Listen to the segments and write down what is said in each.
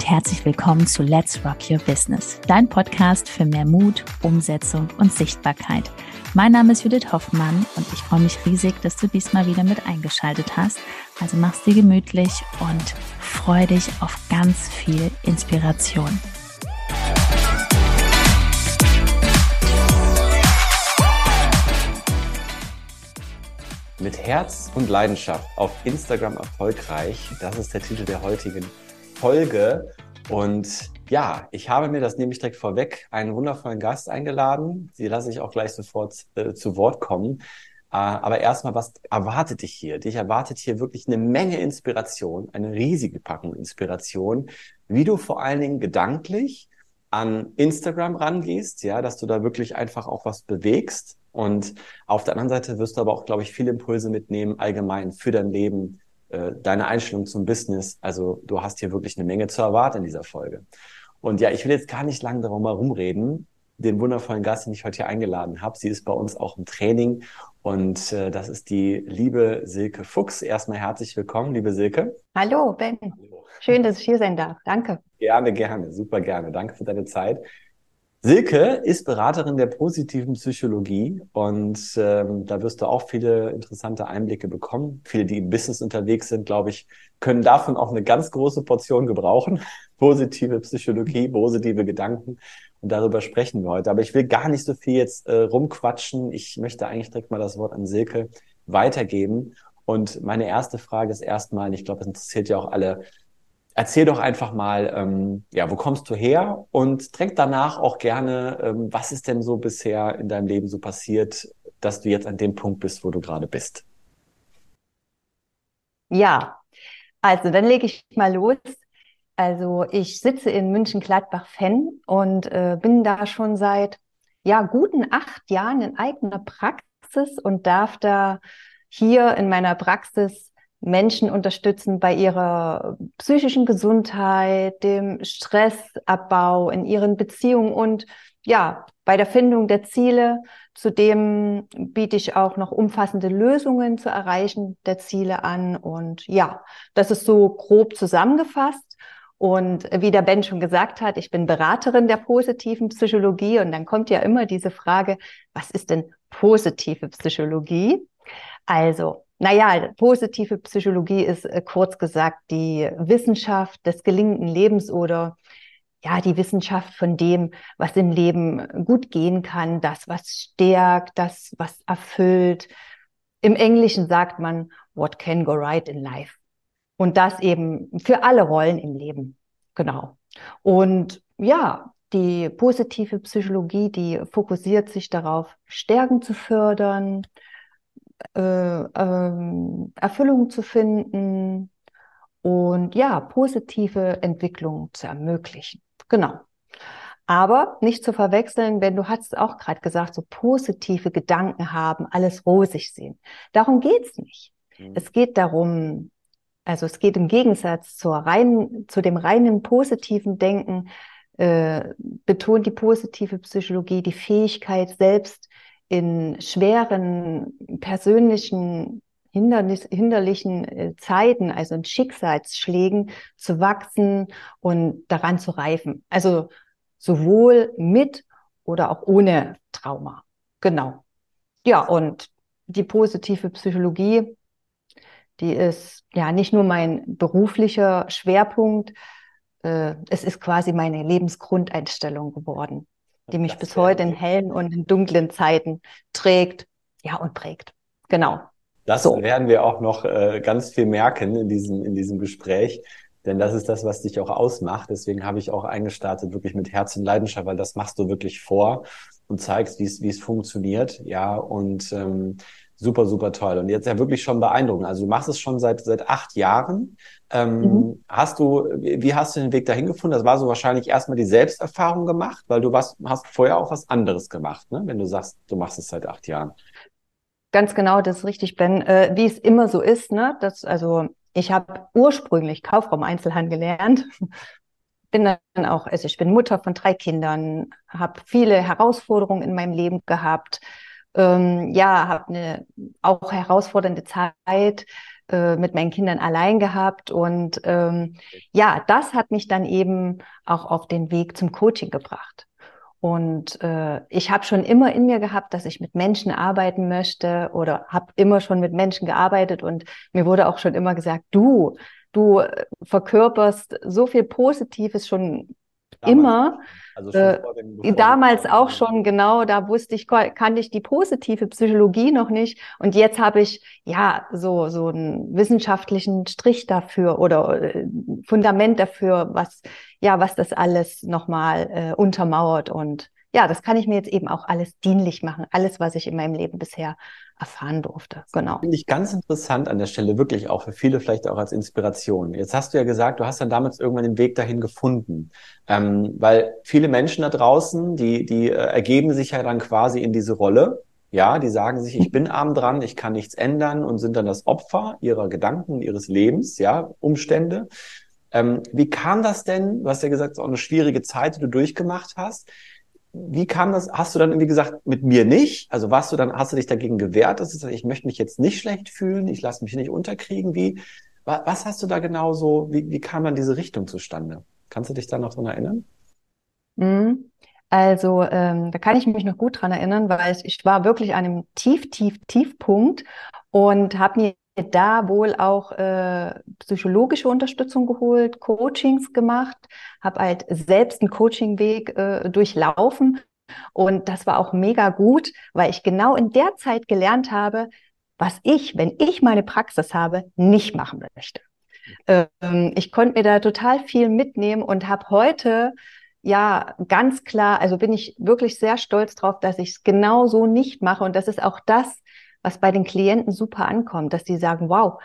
und herzlich willkommen zu Let's Rock Your Business, dein Podcast für mehr Mut, Umsetzung und Sichtbarkeit. Mein Name ist Judith Hoffmann und ich freue mich riesig, dass du diesmal wieder mit eingeschaltet hast. Also mach's dir gemütlich und freu dich auf ganz viel Inspiration. Mit Herz und Leidenschaft auf Instagram erfolgreich. Das ist der Titel der heutigen Folge. Und ja, ich habe mir, das nehme ich direkt vorweg, einen wundervollen Gast eingeladen. Sie lasse ich auch gleich sofort zu Wort kommen. Aber erstmal, was erwartet dich hier? Dich erwartet hier wirklich eine Menge Inspiration, eine riesige Packung Inspiration, wie du vor allen Dingen gedanklich an Instagram rangehst, ja, dass du da wirklich einfach auch was bewegst. Und auf der anderen Seite wirst du aber auch, glaube ich, viele Impulse mitnehmen, allgemein für dein Leben, deine Einstellung zum Business. Also du hast hier wirklich eine Menge zu erwarten in dieser Folge. Und ja, ich will jetzt gar nicht lange darum herumreden. Den wundervollen Gast, den ich heute hier eingeladen habe, sie ist bei uns auch im Training. Und das ist die liebe Silke Fuchs. Erstmal herzlich willkommen, liebe Silke. Hallo, Ben. Hallo. Schön, dass ich hier sein darf. Danke. Gerne, gerne, super gerne. Danke für deine Zeit. Silke ist Beraterin der positiven Psychologie und da wirst du auch viele interessante Einblicke bekommen. Viele, die im Business unterwegs sind, glaube ich, können davon auch eine ganz große Portion gebrauchen. Positive Psychologie, positive Gedanken, und darüber sprechen wir heute. Aber ich will gar nicht so viel jetzt rumquatschen. Ich möchte eigentlich direkt mal das Wort an Silke weitergeben. Und meine erste Frage ist erstmal, ich glaube, das interessiert ja auch alle: Erzähl doch einfach mal, wo kommst du her? Und direkt danach auch gerne, was ist denn so bisher in deinem Leben so passiert, dass du jetzt an dem Punkt bist, wo du gerade bist? Ja, also dann lege ich mal los. Also ich sitze in München-Gladbach-Venn und bin da schon seit guten 8 Jahren in eigener Praxis und darf da hier in meiner Praxis Menschen unterstützen bei ihrer psychischen Gesundheit, dem Stressabbau in ihren Beziehungen und bei der Findung der Ziele. Zudem biete ich auch noch umfassende Lösungen zur Erreichen der Ziele an. Und das ist so grob zusammengefasst. Und wie der Ben schon gesagt hat, ich bin Beraterin der positiven Psychologie. Und dann kommt ja immer diese Frage, was ist denn positive Psychologie? Also, positive Psychologie ist kurz gesagt die Wissenschaft des gelingenden Lebens oder die Wissenschaft von dem, was im Leben gut gehen kann, das, was stärkt, das, was erfüllt. Im Englischen sagt man, what can go right in life? Und das eben für alle Rollen im Leben. Genau. Und die positive Psychologie, die fokussiert sich darauf, Stärken zu fördern, Erfüllung zu finden und positive Entwicklung zu ermöglichen. Genau. Aber nicht zu verwechseln, wenn du hast auch gerade gesagt, so positive Gedanken haben, alles rosig sehen. Darum geht's nicht. Es geht darum, also es geht im Gegensatz zu dem reinen positiven Denken, betont die positive Psychologie die Fähigkeit, selbst in schweren persönlichen hinderlichen Zeiten, also in Schicksalsschlägen, zu wachsen und daran zu reifen. Also sowohl mit oder auch ohne Trauma. Genau. Ja, und die positive Psychologie, die ist nicht nur mein beruflicher Schwerpunkt, es ist quasi meine Lebensgrundeinstellung geworden, die mich bis heute in hellen und in dunklen Zeiten trägt, und prägt. Genau. Das werden wir auch noch ganz viel merken in diesem Gespräch, denn das ist das, was dich auch ausmacht. Deswegen habe ich auch eingestartet, wirklich mit Herz und Leidenschaft, weil das machst du wirklich vor und zeigst, wie es funktioniert. Ja, und super, super toll. Und jetzt wirklich schon beeindruckend. Also du machst es schon seit 8 Jahren. Wie hast du den Weg dahin gefunden? Das war so wahrscheinlich erstmal die Selbsterfahrung gemacht, weil du hast vorher auch was anderes gemacht, ne? Wenn du sagst, du machst es seit 8 Jahren. Ganz genau, das ist richtig, Ben. Wie es immer so ist, ne? Ich habe ursprünglich Kauffrau im Einzelhandel gelernt. Ich bin Mutter von 3 Kindern, habe viele Herausforderungen in meinem Leben gehabt. Habe eine auch herausfordernde Zeit mit meinen Kindern allein gehabt. Und ja, das hat mich dann eben auch auf den Weg zum Coaching gebracht. Und ich habe schon immer in mir gehabt, dass ich mit Menschen arbeiten möchte oder habe immer schon mit Menschen gearbeitet. Und mir wurde auch schon immer gesagt, du verkörperst so viel Positives schon Damals, immer. also schon vor dem, bevor Damals auch schon, genau, da wusste ich, kannte ich die positive Psychologie noch nicht. Und jetzt habe ich ja so einen wissenschaftlichen Strich dafür oder Fundament dafür, was das alles nochmal untermauert. Und ja, das kann ich mir jetzt eben auch alles dienlich machen. Alles, was ich in meinem Leben bisher erfahren durfte. Genau. Finde ich ganz interessant an der Stelle, wirklich auch für viele vielleicht auch als Inspiration. Jetzt hast du ja gesagt, du hast dann damals irgendwann den Weg dahin gefunden, weil viele Menschen da draußen, die ergeben sich ja dann quasi in diese Rolle, ja, die sagen sich, ich bin arm dran, ich kann nichts ändern und sind dann das Opfer ihrer Gedanken, ihres Lebens, ja, Umstände. Wie kam das denn? Du hast ja gesagt, es ist auch eine schwierige Zeit, die du durchgemacht hast. Wie kam das? Hast du dann irgendwie gesagt, mit mir nicht? Also hast du dich dagegen gewehrt, dass du sagst, ich möchte mich jetzt nicht schlecht fühlen, ich lasse mich nicht unterkriegen? Was hast du da genau so, wie kam dann diese Richtung zustande? Kannst du dich da noch dran erinnern? Mhm. Also da kann ich mich noch gut dran erinnern, weil ich war wirklich an einem Tiefpunkt und habe mir da wohl auch psychologische Unterstützung geholt, Coachings gemacht, habe halt selbst einen Coachingweg durchlaufen und das war auch mega gut, weil ich genau in der Zeit gelernt habe, was ich, wenn ich meine Praxis habe, nicht machen möchte. Ich konnte mir da total viel mitnehmen und habe heute ja ganz klar, also bin ich wirklich sehr stolz drauf, dass ich es genau so nicht mache. Und das ist auch das, was bei den Klienten super ankommt, dass die sagen, wow,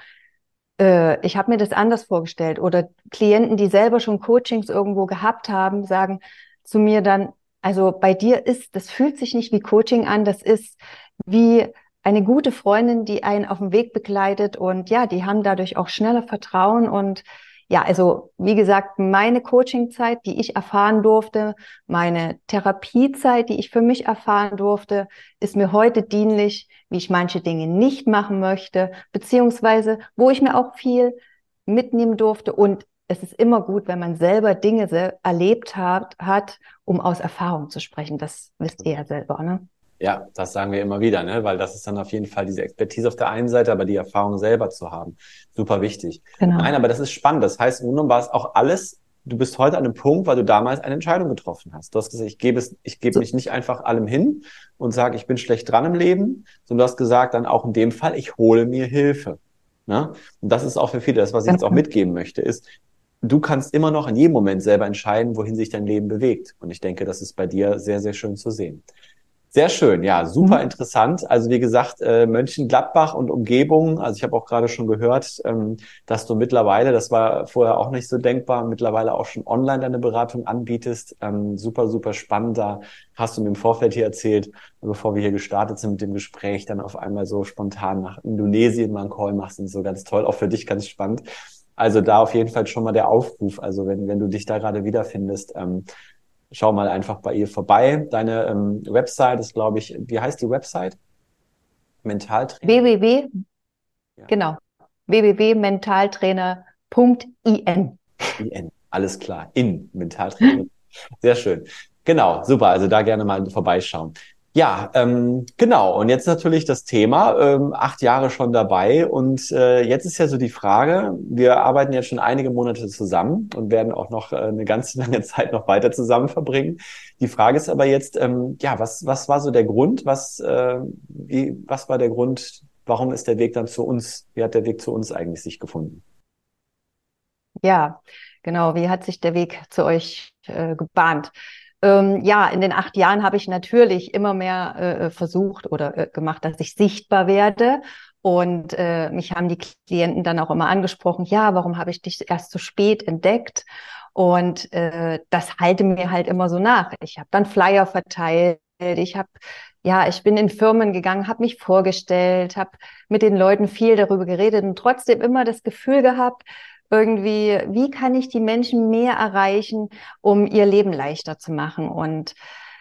ich habe mir das anders vorgestellt. Oder Klienten, die selber schon Coachings irgendwo gehabt haben, sagen zu mir dann, also bei dir das fühlt sich nicht wie Coaching an, das ist wie eine gute Freundin, die einen auf dem Weg begleitet und ja, die haben dadurch auch schneller Vertrauen und ja, also wie gesagt, meine Coachingzeit, die ich erfahren durfte, meine Therapiezeit, die ich für mich erfahren durfte, ist mir heute dienlich, wie ich manche Dinge nicht machen möchte, beziehungsweise wo ich mir auch viel mitnehmen durfte. Und es ist immer gut, wenn man selber Dinge erlebt hat, um aus Erfahrung zu sprechen. Das wisst ihr ja selber, ne? Ja, das sagen wir immer wieder, ne? Weil das ist dann auf jeden Fall diese Expertise auf der einen Seite, aber die Erfahrung selber zu haben. Super wichtig. Nein, Genau. aber das ist spannend. Das heißt, im Grunde genommen war es auch alles, du bist heute an einem Punkt, weil du damals eine Entscheidung getroffen hast. Du hast gesagt, ich gebe So, mich nicht einfach allem hin und sage, ich bin schlecht dran im Leben, sondern du hast gesagt, dann auch in dem Fall, ich hole mir Hilfe. Ne? Und das ist auch für viele, das, was ich jetzt auch genau. mitgeben möchte, ist, du kannst immer noch in jedem Moment selber entscheiden, wohin sich dein Leben bewegt. Und ich denke, das ist bei dir sehr, sehr schön zu sehen. Sehr schön, ja, super Mhm. interessant. Also wie gesagt, Mönchengladbach und Umgebung. Also ich habe auch gerade schon gehört, dass du mittlerweile, das war vorher auch nicht so denkbar, mittlerweile auch schon online deine Beratung anbietest. Super, super spannend. Da hast du mir im Vorfeld hier erzählt, bevor wir hier gestartet sind mit dem Gespräch, dann auf einmal so spontan nach Indonesien mal einen Call machst und so ganz toll. Auch für dich ganz spannend. Also da auf jeden Fall schon mal der Aufruf. Also wenn du dich da gerade wiederfindest, schau mal einfach bei ihr vorbei. Deine Website ist, glaube ich, wie heißt die Website? Mentaltrainer? www, Ja, genau, www.mentaltrainer.in. IN. Alles klar. In Mentaltrainer. Sehr schön. Genau, super. Also da gerne mal vorbeischauen. Ja, genau. Und jetzt natürlich das Thema, 8 Jahre schon dabei. Und jetzt ist ja so die Frage, wir arbeiten jetzt schon einige Monate zusammen und werden auch noch eine ganz lange Zeit noch weiter zusammen verbringen. Die Frage ist aber jetzt, ja, was war so der Grund? Was war der Grund, warum ist der Weg dann zu uns, wie hat der Weg zu uns eigentlich sich gefunden? Ja, genau. Wie hat sich der Weg zu euch gebahnt? Ja, in den 8 Jahren habe ich natürlich immer mehr versucht oder gemacht, dass ich sichtbar werde. Und mich haben die Klienten dann auch immer angesprochen, ja, warum habe ich dich erst so spät entdeckt? Und das halte mir halt immer so nach. Ich habe dann Flyer verteilt. Ich bin in Firmen gegangen, habe mich vorgestellt, habe mit den Leuten viel darüber geredet und trotzdem immer das Gefühl gehabt, irgendwie, wie kann ich die Menschen mehr erreichen, um ihr Leben leichter zu machen? Und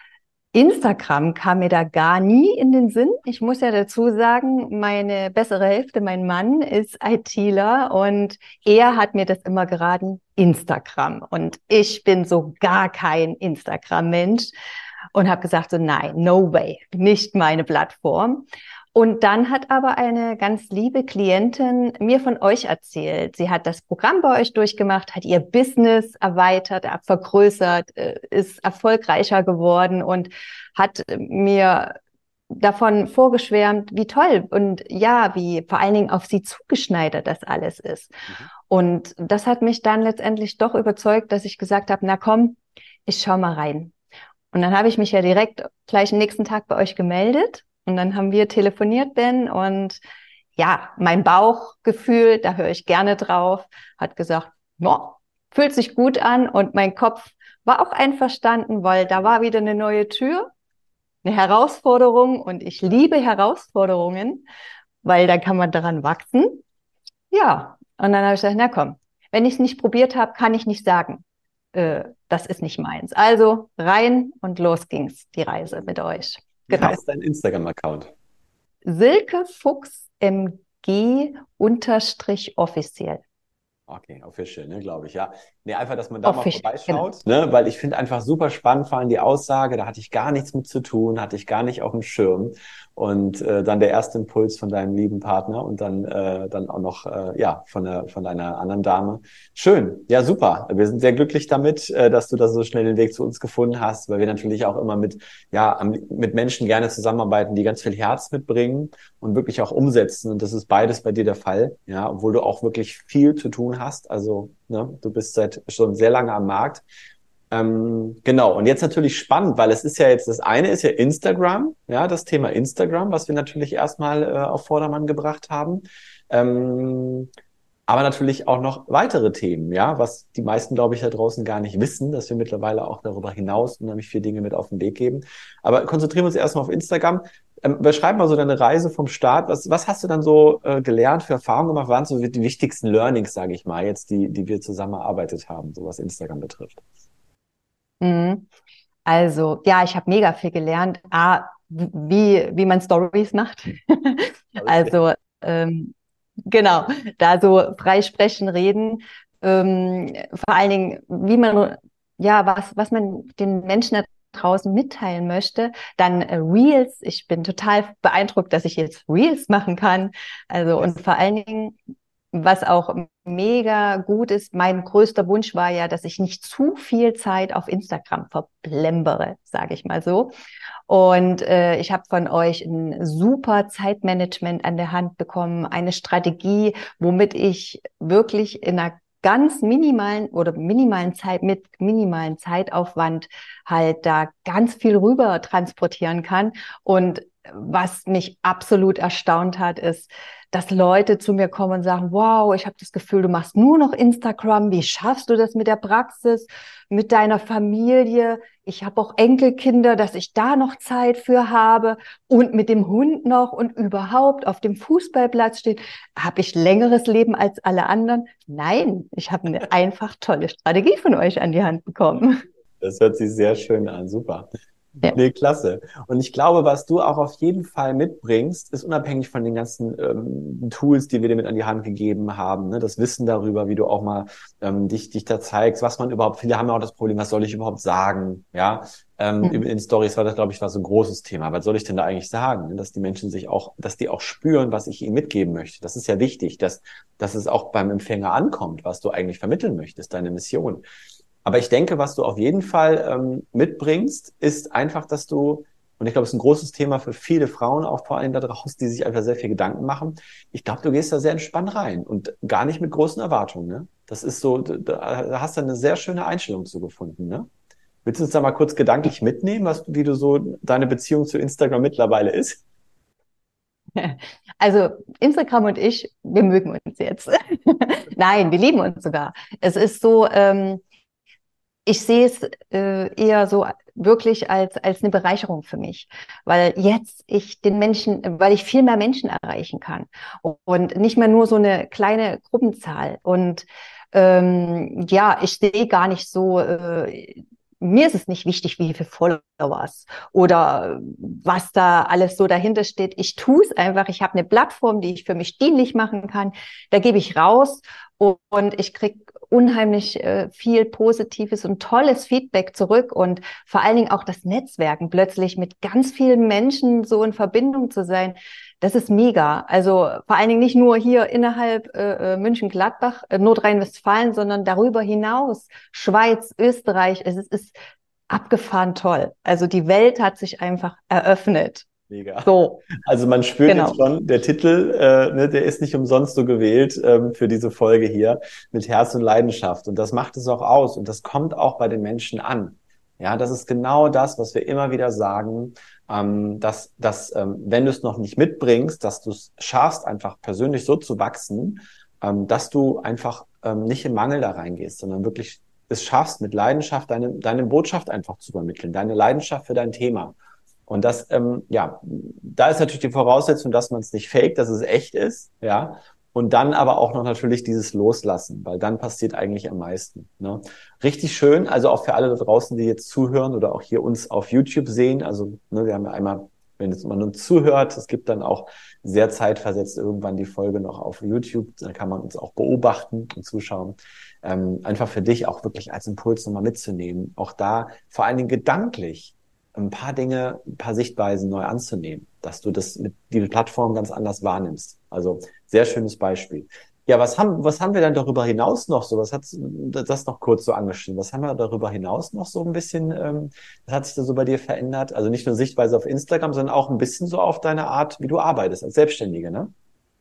Instagram kam mir da gar nie in den Sinn. Ich muss ja dazu sagen, meine bessere Hälfte, mein Mann, ist ITler und er hat mir das immer geraten, Instagram. Und ich bin so gar kein Instagram-Mensch und habe gesagt, so nein, no way, nicht meine Plattform. Und dann hat aber eine ganz liebe Klientin mir von euch erzählt. Sie hat das Programm bei euch durchgemacht, hat ihr Business erweitert, vergrößert, ist erfolgreicher geworden und hat mir davon vorgeschwärmt, wie toll und ja, wie vor allen Dingen auf sie zugeschneidert das alles ist. Und das hat mich dann letztendlich doch überzeugt, dass ich gesagt habe, na komm, ich schau mal rein. Und dann habe ich mich ja direkt gleich am nächsten Tag bei euch gemeldet. Und dann haben wir telefoniert, Ben, und ja, mein Bauchgefühl, da höre ich gerne drauf, hat gesagt, ja, fühlt sich gut an, und mein Kopf war auch einverstanden, weil da war wieder eine neue Tür, eine Herausforderung, und ich liebe Herausforderungen, weil da kann man daran wachsen. Ja, und dann habe ich gesagt, na komm, wenn ich es nicht probiert habe, kann ich nicht sagen, das ist nicht meins. Also rein und los ging's, die Reise mit euch. Wie Genau. heißt dein Instagram-Account? Silke Fuchs MG _ offiziell. Okay, official, ne, glaube ich, ja. Nee, einfach, dass man da mal Official, vorbeischaut, ne, weil ich finde einfach super spannend, vor allem die Aussage, da hatte ich gar nichts mit zu tun, hatte ich gar nicht auf dem Schirm. Und dann der erste Impuls von deinem lieben Partner und dann auch noch ja von deiner anderen Dame. Schön, ja super. Wir sind sehr glücklich damit, dass du da so schnell den Weg zu uns gefunden hast, weil wir natürlich auch immer mit Menschen gerne zusammenarbeiten, die ganz viel Herz mitbringen und wirklich auch umsetzen. Und das ist beides bei dir der Fall, ja, obwohl du auch wirklich viel zu tun hast. Also ne, du bist seit schon sehr lange am Markt. Genau, und jetzt natürlich spannend, weil es ist ja jetzt, das eine ist ja Instagram, ja, das Thema Instagram, was wir natürlich erstmal auf Vordermann gebracht haben. Aber natürlich auch noch weitere Themen, ja, was die meisten, glaube ich, da draußen gar nicht wissen, dass wir mittlerweile auch darüber hinaus unheimlich viele Dinge mit auf den Weg geben. Aber konzentrieren wir uns erstmal auf Instagram. Beschreib mal so deine Reise vom Start. Was hast du dann so gelernt, für Erfahrungen gemacht? Waren so die wichtigsten Learnings, sage ich mal, jetzt, die wir zusammen erarbeitet haben, so was Instagram betrifft? Also, ja, ich habe mega viel gelernt. Wie man Stories macht. Also, genau, da so frei sprechen, reden. Vor allen Dingen, wie man, ja, was man den Menschen da draußen mitteilen möchte. Dann Reels. Ich bin total beeindruckt, dass ich jetzt Reels machen kann. Also, und vor allen Dingen, was auch mega gut ist, mein größter Wunsch war ja, dass ich nicht zu viel Zeit auf Instagram verplempere, sage ich mal so. Und ich habe von euch ein super Zeitmanagement an der Hand bekommen, eine Strategie, womit ich wirklich in einer ganz minimalen Zeit, mit minimalen Zeitaufwand halt da ganz viel rüber transportieren kann. Und was mich absolut erstaunt hat, ist, dass Leute zu mir kommen und sagen, wow, ich habe das Gefühl, du machst nur noch Instagram. Wie schaffst du das mit der Praxis, mit deiner Familie? Ich habe auch Enkelkinder, dass ich da noch Zeit für habe und mit dem Hund noch und überhaupt auf dem Fußballplatz stehen. Habe ich längeres Leben als alle anderen? Nein, ich habe eine einfach tolle Strategie von euch an die Hand bekommen. Das hört sich sehr schön an, super. Ja. Nee, klasse. Und ich glaube, was du auch auf jeden Fall mitbringst, ist unabhängig von den ganzen Tools, die wir dir mit an die Hand gegeben haben, ne? Das Wissen darüber, wie du auch mal dich da zeigst, was man überhaupt, viele haben ja auch das Problem, was soll ich überhaupt sagen, ja? In Stories war das, glaube ich, war so ein großes Thema. Was soll ich denn da eigentlich sagen? Dass die Menschen dass die auch spüren, was ich ihnen mitgeben möchte. Das ist ja wichtig, dass es auch beim Empfänger ankommt, was du eigentlich vermitteln möchtest, deine Mission. Aber ich denke, was du auf jeden Fall mitbringst, ist einfach, dass du, und ich glaube, es ist ein großes Thema für viele Frauen, auch vor allem da draußen, die sich einfach sehr viel Gedanken machen. Ich glaube, du gehst da sehr entspannt rein und gar nicht mit großen Erwartungen. Ne? Das ist so, da hast du eine sehr schöne Einstellung zu gefunden. Ne? Willst du uns da mal kurz gedanklich mitnehmen, wie du so deine Beziehung zu Instagram mittlerweile ist? Also Instagram und ich, wir mögen uns jetzt. Nein, wir lieben uns sogar. Es ist so, ich sehe es eher so wirklich als eine Bereicherung für mich, weil jetzt weil ich viel mehr Menschen erreichen kann und nicht mehr nur so eine kleine Gruppenzahl. Und ja, ich sehe gar nicht so mir ist es nicht wichtig, wie viele Followers oder was da alles so dahinter steht. Ich tue es einfach. Ich habe eine Plattform, die ich für mich dienlich machen kann. Da gebe ich raus und ich kriege unheimlich viel positives und tolles Feedback zurück und vor allen Dingen auch das Netzwerken, plötzlich mit ganz vielen Menschen so in Verbindung zu sein. Das ist mega. Also vor allen Dingen nicht nur hier innerhalb München-Gladbach, Nordrhein-Westfalen, sondern darüber hinaus, Schweiz, Österreich. Es ist abgefahren toll. Also die Welt hat sich einfach eröffnet. Mega. So, Also man spürt genau. jetzt schon, der Titel, ne, der ist nicht umsonst so gewählt für diese Folge hier mit Herz und Leidenschaft. Und das macht es auch aus und das kommt auch bei den Menschen an. Ja, das ist genau das, was wir immer wieder sagen, dass wenn du es noch nicht mitbringst, dass du es schaffst, einfach persönlich so zu wachsen, dass du einfach nicht im Mangel da reingehst, sondern wirklich es schaffst, mit Leidenschaft deine Botschaft einfach zu übermitteln, deine Leidenschaft für dein Thema. Und das, ja, da ist natürlich die Voraussetzung, dass man es nicht faked, dass es echt ist, ja. Und dann aber auch noch natürlich dieses Loslassen, weil dann passiert eigentlich am meisten. Ne? Richtig schön, also auch für alle da draußen, die jetzt zuhören oder auch hier uns auf YouTube sehen. Also ne, wir haben ja einmal, wenn jetzt man uns zuhört, es gibt dann auch sehr zeitversetzt irgendwann die Folge noch auf YouTube. Da kann man uns auch beobachten und zuschauen. Einfach für dich auch wirklich als Impuls nochmal mitzunehmen. Auch da vor allen Dingen gedanklich ein paar Dinge, ein paar Sichtweisen neu anzunehmen, dass du das mit die Plattform ganz anders wahrnimmst. Also sehr schönes Beispiel. Ja, was haben wir dann darüber hinaus noch so? Was hat das noch kurz so angeschrieben? Was haben wir darüber hinaus noch so ein bisschen, was hat sich da so bei dir verändert? Also nicht nur Sichtweise auf Instagram, sondern auch ein bisschen so auf deine Art, wie du arbeitest als Selbstständige, ne?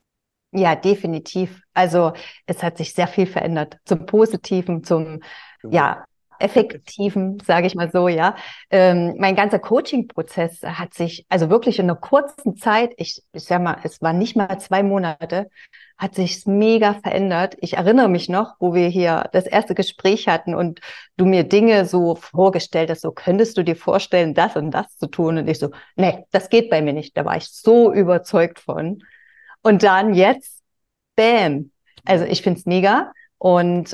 Ja, definitiv. Also es hat sich sehr viel verändert. Zum Positiven, zum, ja, Effektiven, sage ich mal so, ja. Mein ganzer Coaching-Prozess hat sich, also wirklich in einer kurzen Zeit, ich sag mal, es waren nicht mal 2 Monate, hat sich mega verändert. Ich erinnere mich noch, wo wir hier das erste Gespräch hatten und du mir Dinge so vorgestellt hast, so könntest du dir vorstellen, das und das zu tun? Und ich so, nee, das geht bei mir nicht. Da war ich so überzeugt von. Und dann jetzt, bam. Also ich find's mega. Und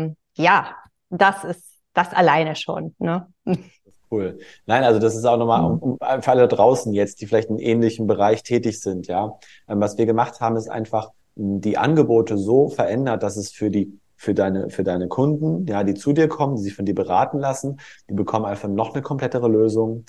ja, das ist das alleine schon. Ne? Cool. Nein, also das ist auch nochmal für alle da draußen jetzt, die vielleicht in ähnlichen Bereich tätig sind, ja. Was wir gemacht haben, ist einfach die Angebote so verändert, dass es für deine Kunden, ja, die zu dir kommen, die sich von dir beraten lassen, die bekommen einfach noch eine komplettere Lösung.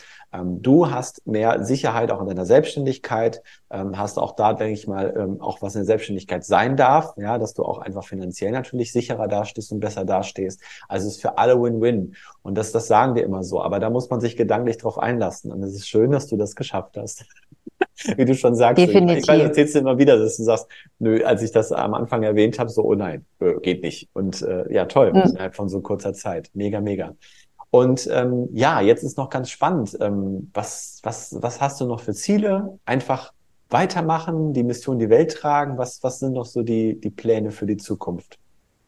Du hast mehr Sicherheit auch in deiner Selbstständigkeit, hast auch da, denke ich mal, auch was in der Selbstständigkeit sein darf, ja, dass du auch einfach finanziell natürlich sicherer dastehst und besser dastehst. Also es ist für alle Win-Win. Und das sagen wir immer so. Aber da muss man sich gedanklich drauf einlassen. Und es ist schön, dass du das geschafft hast. Wie du schon sagst. Definitiv. Ich weiß, erzählst du immer wieder, dass du sagst, nö, als ich das am Anfang erwähnt habe, so, oh nein, geht nicht. Und ja, toll, innerhalb von so kurzer Zeit. Mega, mega. Und ja, jetzt ist noch ganz spannend. Was hast du noch für Ziele? Einfach weitermachen, die Mission die Welt tragen. Was sind noch so die Pläne für die Zukunft?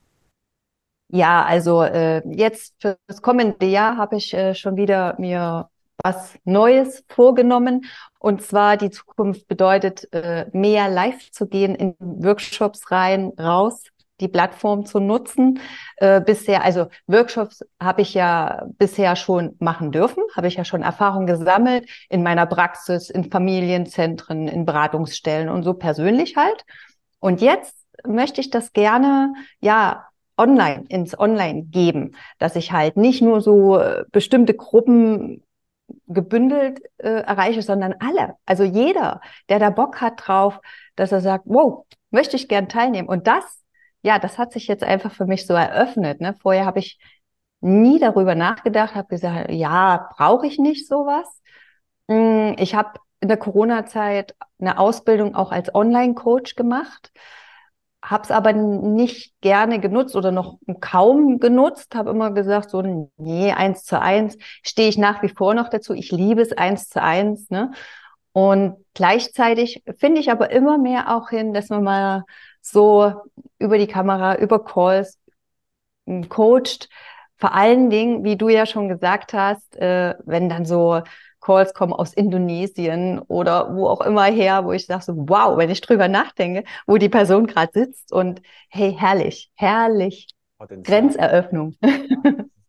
Ja, also jetzt für das kommende Jahr habe ich schon wieder mir was Neues vorgenommen. Und zwar die Zukunft bedeutet, mehr live zu gehen, in Workshops rein, raus, die Plattform zu nutzen. Bisher, also Workshops habe ich ja bisher schon machen dürfen, habe ich ja schon Erfahrung gesammelt in meiner Praxis, in Familienzentren, in Beratungsstellen und so persönlich halt. Und jetzt möchte ich das gerne, ja, ins Online geben, dass ich halt nicht nur so bestimmte Gruppen gebündelt erreiche, sondern alle. Also jeder, der da Bock hat drauf, dass er sagt, wow, möchte ich gern teilnehmen. Und das, ja, das hat sich jetzt einfach für mich so eröffnet. Ne? Vorher habe ich nie darüber nachgedacht, habe gesagt, ja, brauche ich nicht sowas. Ich habe in der Corona-Zeit eine Ausbildung auch als Online-Coach gemacht, habe es aber nicht gerne genutzt oder noch kaum genutzt, habe immer gesagt, so, nee, 1:1 stehe ich nach wie vor noch dazu. Ich liebe es 1:1, ne? Und gleichzeitig finde ich aber immer mehr auch hin, dass man mal so über die Kamera, über Calls coacht. Vor allen Dingen, wie du ja schon gesagt hast, wenn dann so Calls kommen aus Indonesien oder wo auch immer her, wo ich sage so, wow, wenn ich drüber nachdenke, wo die Person gerade sitzt und hey, herrlich, herrlich, Potenzial. Grenzeröffnung.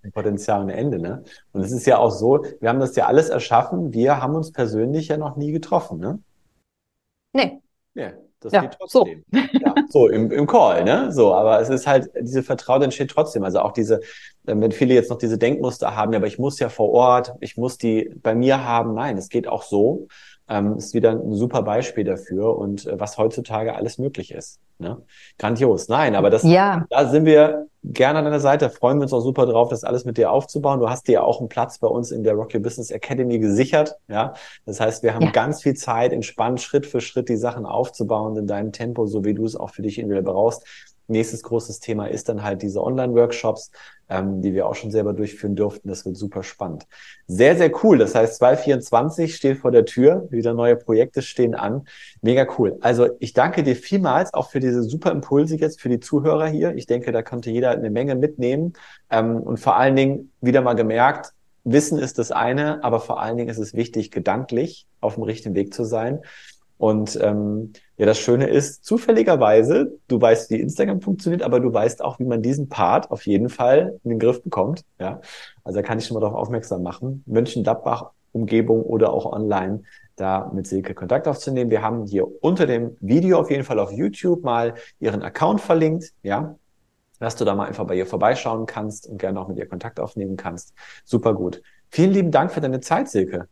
Potenzial ohne Ende, ne? Und es ist ja auch so, wir haben das ja alles erschaffen, wir haben uns persönlich ja noch nie getroffen, ne? Nee. Ja, das Ja, geht trotzdem. Ja, so im Call, ne? So, aber es ist halt, diese Vertrauen entsteht trotzdem. Also auch diese, wenn viele jetzt noch diese Denkmuster haben, ja, aber ich muss ja vor Ort, ich muss die bei mir haben. Nein, es geht auch so. Ist wieder ein super Beispiel dafür und was heutzutage alles möglich ist. Ne? Grandios. Nein, aber Ja, da sind wir gerne an deiner Seite. Freuen wir uns auch super drauf, das alles mit dir aufzubauen. Du hast dir ja auch einen Platz bei uns in der Rock Your Business Academy gesichert. Ja, das heißt, wir haben ja. ganz viel Zeit, entspannt Schritt für Schritt die Sachen aufzubauen in deinem Tempo, so wie du es auch für dich individuell brauchst. Nächstes großes Thema ist dann halt diese Online-Workshops, die wir auch schon selber durchführen durften. Das wird super spannend. Sehr, sehr cool. Das heißt, 2024 steht vor der Tür. Wieder neue Projekte stehen an. Mega cool. Also ich danke dir vielmals auch für diese super Impulse jetzt für die Zuhörer hier. Ich denke, da konnte jeder eine Menge mitnehmen. Und vor allen Dingen wieder mal gemerkt, Wissen ist das eine, aber vor allen Dingen ist es wichtig, gedanklich auf dem richtigen Weg zu sein. Und ja, das Schöne ist, zufälligerweise, du weißt, wie Instagram funktioniert, aber du weißt auch, wie man diesen Part auf jeden Fall in den Griff bekommt. Ja, also da kann ich schon mal darauf aufmerksam machen. Mönchengladbach, Umgebung oder auch online, da mit Silke Kontakt aufzunehmen. Wir haben hier unter dem Video auf jeden Fall auf YouTube mal ihren Account verlinkt, ja, dass du da mal einfach bei ihr vorbeischauen kannst und gerne auch mit ihr Kontakt aufnehmen kannst. Super gut. Vielen lieben Dank für deine Zeit, Silke.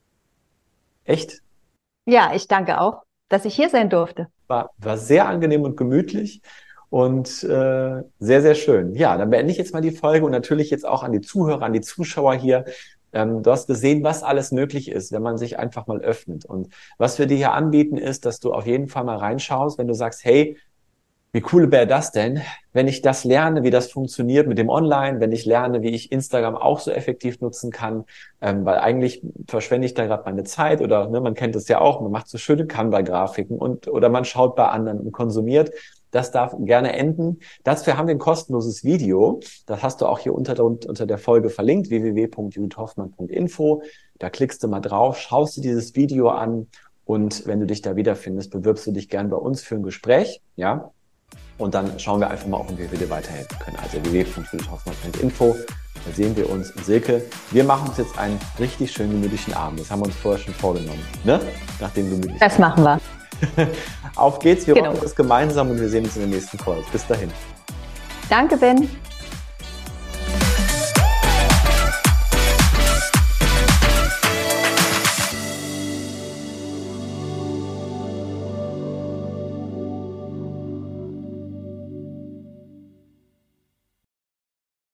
Echt. Ja, ich danke auch, dass ich hier sein durfte. War sehr angenehm und gemütlich und sehr, sehr schön. Ja, dann beende ich jetzt mal die Folge und natürlich jetzt auch an die Zuhörer, an die Zuschauer hier. Du hast gesehen, was alles möglich ist, wenn man sich einfach mal öffnet. Und was wir dir hier anbieten, ist, dass du auf jeden Fall mal reinschaust, wenn du sagst, hey, wie cool wäre das denn, wenn ich das lerne, wie das funktioniert mit dem Online, wenn ich lerne, wie ich Instagram auch so effektiv nutzen kann, weil eigentlich verschwende ich da gerade meine Zeit oder ne, man kennt es ja auch, man macht so schöne Canva-Grafiken und oder man schaut bei anderen und konsumiert. Das darf gerne enden. Dafür haben wir ein kostenloses Video. Das hast du auch hier unter der Folge verlinkt, www.judithhoffmann.info. Da klickst du mal drauf, schaust dir dieses Video an und wenn du dich da wiederfindest, bewirbst du dich gern bei uns für ein Gespräch, ja. Und dann schauen wir einfach mal auch, wie wir dir weiterhelfen können. Also www.judithhoffmann.info. Da sehen wir uns. Und Silke, wir machen uns jetzt einen richtig schönen gemütlichen Abend. Das haben wir uns vorher schon vorgenommen. Ne? Nach dem gemütlichen Das machen wir. Auf geht's, wir rocken das gemeinsam und wir sehen uns in den nächsten Calls. Bis dahin. Danke, Ben.